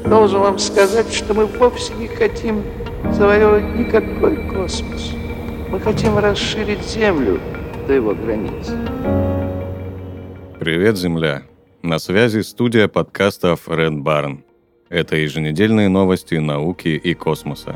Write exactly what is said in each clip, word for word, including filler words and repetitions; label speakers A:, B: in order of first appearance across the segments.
A: Должен вам сказать, что мы вовсе не хотим завоевывать никакой космос. Мы хотим расширить Землю до его границ.
B: Привет, Земля! На связи студия подкастов Red Barn. Это еженедельные новости науки и космоса.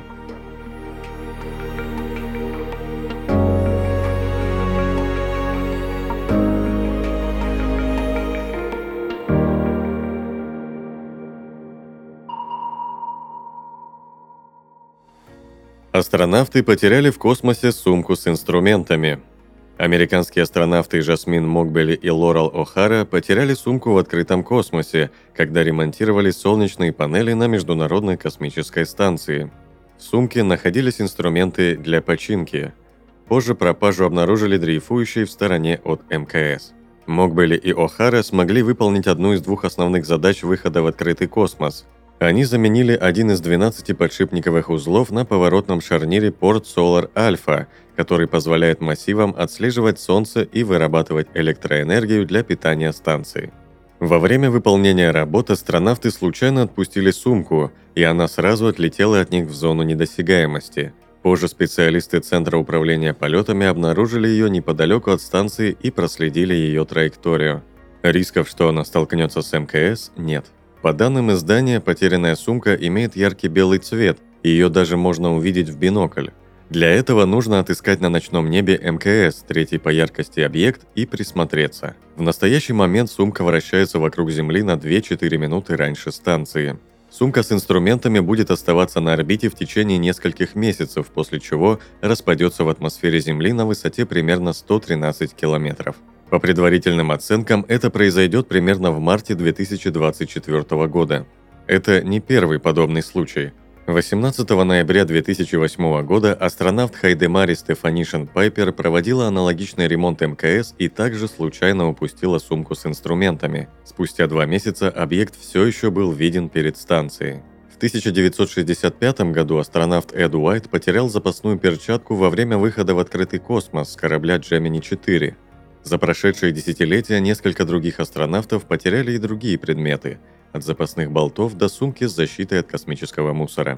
B: Астронавты потеряли в космосе сумку с инструментами. Американские астронавты Жасмин Мокбели и Лорел О'Хара потеряли сумку в открытом космосе, когда ремонтировали солнечные панели на Международной космической станции. В сумке находились инструменты для починки. Позже пропажу обнаружили дрейфующие в стороне от эм ка эс. Мокбели и О'Хара смогли выполнить одну из двух основных задач выхода в открытый космос. Они заменили один из двенадцати подшипниковых узлов на поворотном шарнире Port Solar Alpha, который позволяет массивам отслеживать Солнце и вырабатывать электроэнергию для питания станции. Во время выполнения работ астронавты случайно отпустили сумку, и она сразу отлетела от них в зону недосягаемости. Позже специалисты Центра управления полетами обнаружили ее неподалеку от станции и проследили ее траекторию. Рисков, что она столкнется с эм ка эс, нет. По данным издания, потерянная сумка имеет яркий белый цвет, и ее даже можно увидеть в бинокль. Для этого нужно отыскать на ночном небе эм ка эс, третий по яркости объект, и присмотреться. В настоящий момент сумка вращается вокруг Земли на две-четыре минуты раньше станции. Сумка с инструментами будет оставаться на орбите в течение нескольких месяцев, после чего распадется в атмосфере Земли на высоте примерно сто тринадцать километров. По предварительным оценкам, это произойдет примерно в марте две тысячи двадцать четвёртого года. Это не первый подобный случай. восемнадцатого ноября две тысячи восьмого года астронавт Хайдемари Стефанишин Пайпер проводила аналогичный ремонт эм ка эс и также случайно упустила сумку с инструментами. Спустя два месяца объект все еще был виден перед станцией. В тысяча девятьсот шестьдесят пятом году астронавт Эд Уайт потерял запасную перчатку во время выхода в открытый космос с корабля Джемини четыре. За прошедшие десятилетия несколько других астронавтов потеряли и другие предметы, от запасных болтов до сумки с защитой от космического мусора.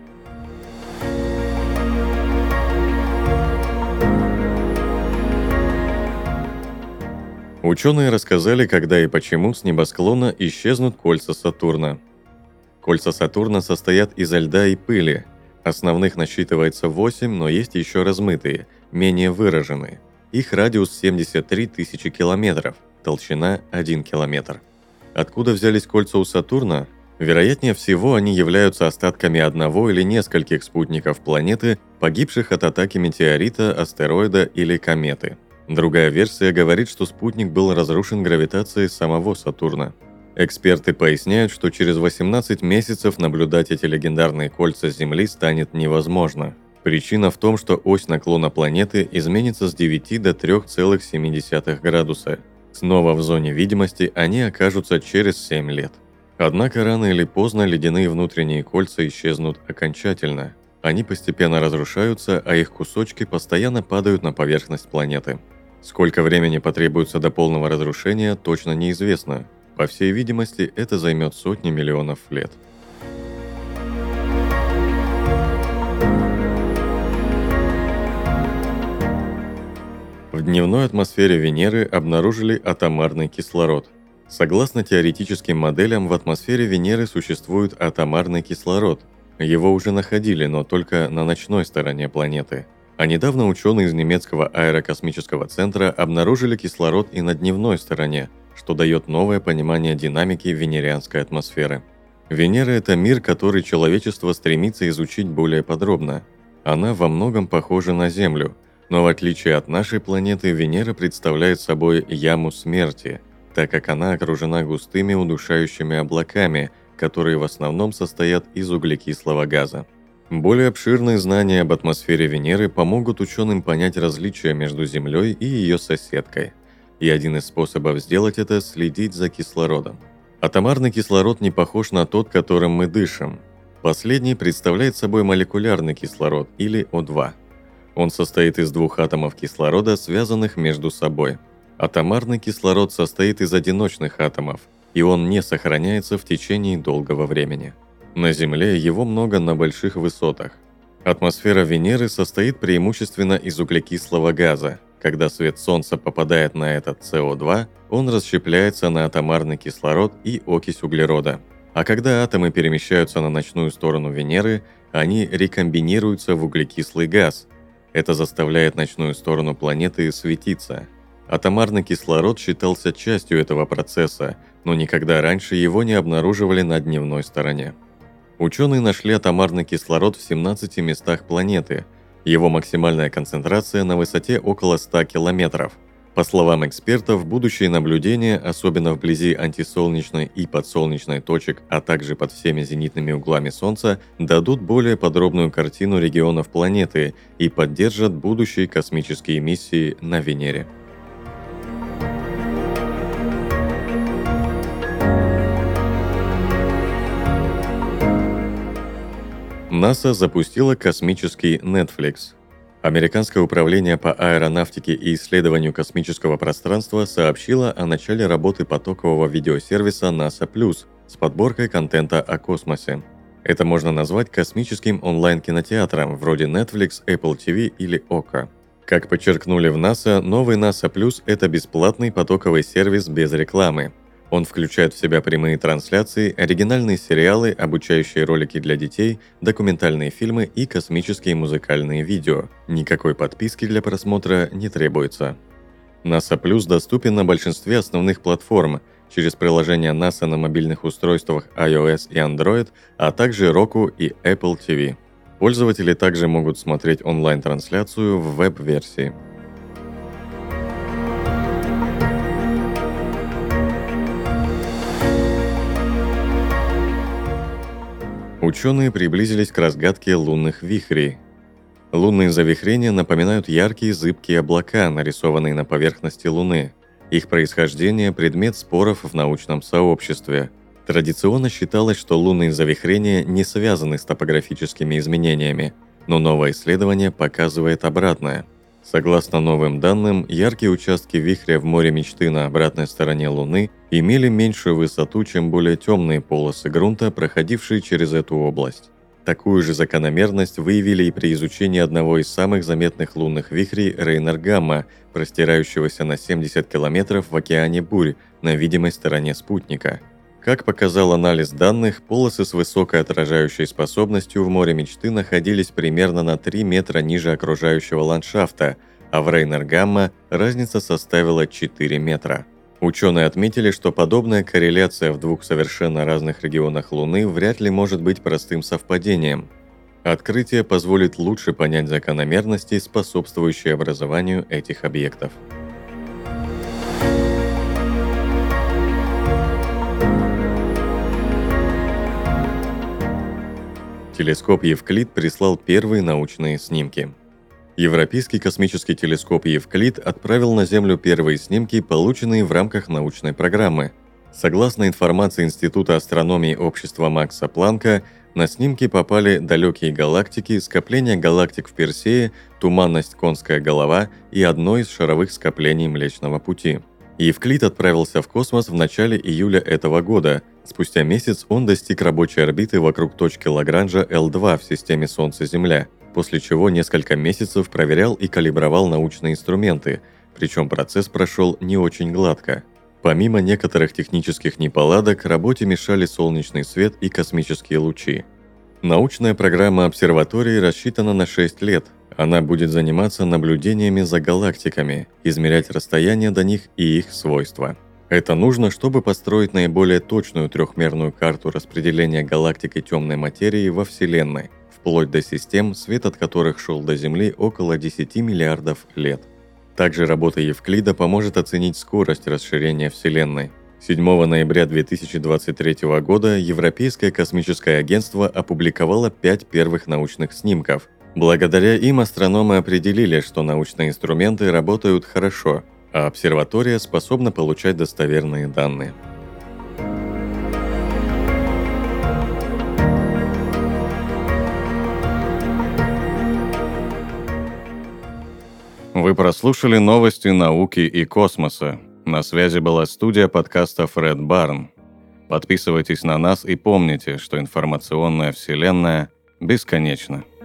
B: Ученые рассказали, когда и почему с небосклона исчезнут кольца Сатурна. Кольца Сатурна состоят из льда и пыли. Основных насчитывается восемь, но есть еще размытые, менее выраженные. Их радиус семьдесят три тысячи километров, толщина один километр. Откуда взялись кольца у Сатурна? Вероятнее всего, они являются остатками одного или нескольких спутников планеты, погибших от атаки метеорита, астероида или кометы. Другая версия говорит, что спутник был разрушен гравитацией самого Сатурна. Эксперты поясняют, что через восемнадцать месяцев наблюдать эти легендарные кольца Земли станет невозможно. Причина в том, что ось наклона планеты изменится с девяти до трёх целых семи десятых градуса. Снова в зоне видимости они окажутся через семь лет. Однако рано или поздно ледяные внутренние кольца исчезнут окончательно. Они постепенно разрушаются, а их кусочки постоянно падают на поверхность планеты. Сколько времени потребуется до полного разрушения, точно неизвестно. По всей видимости, это займет сотни миллионов лет. В дневной атмосфере Венеры обнаружили атомарный кислород. Согласно теоретическим моделям, в атмосфере Венеры существует атомарный кислород. Его уже находили, но только на ночной стороне планеты. А недавно ученые из немецкого аэрокосмического центра обнаружили кислород и на дневной стороне, что дает новое понимание динамики венерианской атмосферы. Венера – это мир, который человечество стремится изучить более подробно. Она во многом похожа на Землю. Но в отличие от нашей планеты, Венера представляет собой яму смерти, так как она окружена густыми удушающими облаками, которые в основном состоят из углекислого газа. Более обширные знания об атмосфере Венеры помогут ученым понять различия между Землей и ее соседкой. И один из способов сделать это – следить за кислородом. Атомарный кислород не похож на тот, которым мы дышим. Последний представляет собой молекулярный кислород, или о два. Он состоит из двух атомов кислорода, связанных между собой. Атомарный кислород состоит из одиночных атомов, и он не сохраняется в течение долгого времени. На Земле его много на больших высотах. Атмосфера Венеры состоит преимущественно из углекислого газа. Когда свет Солнца попадает на этот С О два, он расщепляется на атомарный кислород и окись углерода. А когда атомы перемещаются на ночную сторону Венеры, они рекомбинируются в углекислый газ. Это заставляет ночную сторону планеты светиться. Атомарный кислород считался частью этого процесса, но никогда раньше его не обнаруживали на дневной стороне. Ученые нашли атомарный кислород в семнадцати местах планеты. Его максимальная концентрация на высоте около ста километров. По словам экспертов, будущие наблюдения, особенно вблизи антисолнечной и подсолнечной точек, а также под всеми зенитными углами Солнца, дадут более подробную картину регионов планеты и поддержат будущие космические миссии на Венере. НАСА запустила космический Netflix. Американское управление по аэронавтике и исследованию космического пространства сообщило о начале работы потокового видеосервиса NASA Plus с подборкой контента о космосе. Это можно назвать космическим онлайн-кинотеатром вроде Netflix, Apple ти ви или Ока. Как подчеркнули в НАСА, новый NASA Plus – это бесплатный потоковый сервис без рекламы. Он включает в себя прямые трансляции, оригинальные сериалы, обучающие ролики для детей, документальные фильмы и космические музыкальные видео. Никакой подписки для просмотра не требуется. NASA Plus доступен на большинстве основных платформ через приложение NASA на мобильных устройствах iOS и Android, а также Roku и Apple ти ви. Пользователи также могут смотреть онлайн-трансляцию в веб-версии. Ученые приблизились к разгадке лунных вихрей. Лунные завихрения напоминают яркие зыбкие облака, нарисованные на поверхности Луны. Их происхождение – предмет споров в научном сообществе. Традиционно считалось, что лунные завихрения не связаны с топографическими изменениями, но новое исследование показывает обратное. Согласно новым данным, яркие участки вихря в море мечты на обратной стороне Луны имели меньшую высоту, чем более темные полосы грунта, проходившие через эту область. Такую же закономерность выявили и при изучении одного из самых заметных лунных вихрей Рейнер-Гамма, простирающегося на семьдесят километров в океане бурь на видимой стороне спутника. Как показал анализ данных, полосы с высокой отражающей способностью в море мечты находились примерно на три метра ниже окружающего ландшафта, а в Рейнер-Гамма разница составила четыре метра. Ученые отметили, что подобная корреляция в двух совершенно разных регионах Луны вряд ли может быть простым совпадением. Открытие позволит лучше понять закономерности, способствующие образованию этих объектов. Телескоп Евклид прислал первые научные снимки. Европейский космический телескоп Евклид отправил на Землю первые снимки, полученные в рамках научной программы. Согласно информации Института астрономии Общества Макса Планка, на снимки попали далекие галактики, скопление галактик в Персее, туманность Конская голова и одно из шаровых скоплений Млечного Пути. Евклид отправился в космос в начале июля этого года. Спустя месяц он достиг рабочей орбиты вокруг точки Лагранжа Эл два в системе Солнце-Земля, после чего несколько месяцев проверял и калибровал научные инструменты, причем процесс прошел не очень гладко. Помимо некоторых технических неполадок, работе мешали солнечный свет и космические лучи. Научная программа обсерватории рассчитана на шесть лет. Она будет заниматься наблюдениями за галактиками, измерять расстояние до них и их свойства. Это нужно, чтобы построить наиболее точную трехмерную карту распределения галактик и темной материи во Вселенной, вплоть до систем, свет от которых шел до Земли около десяти миллиардов лет. Также работа Евклида поможет оценить скорость расширения Вселенной. седьмого ноября две тысячи двадцать третьего года Европейское космическое агентство опубликовало пять первых научных снимков. Благодаря им астрономы определили, что научные инструменты работают хорошо, а обсерватория способна получать достоверные данные. Вы прослушали новости науки и космоса. На связи была студия подкаста Фред Барн. Подписывайтесь на нас и помните, что информационная вселенная бесконечна.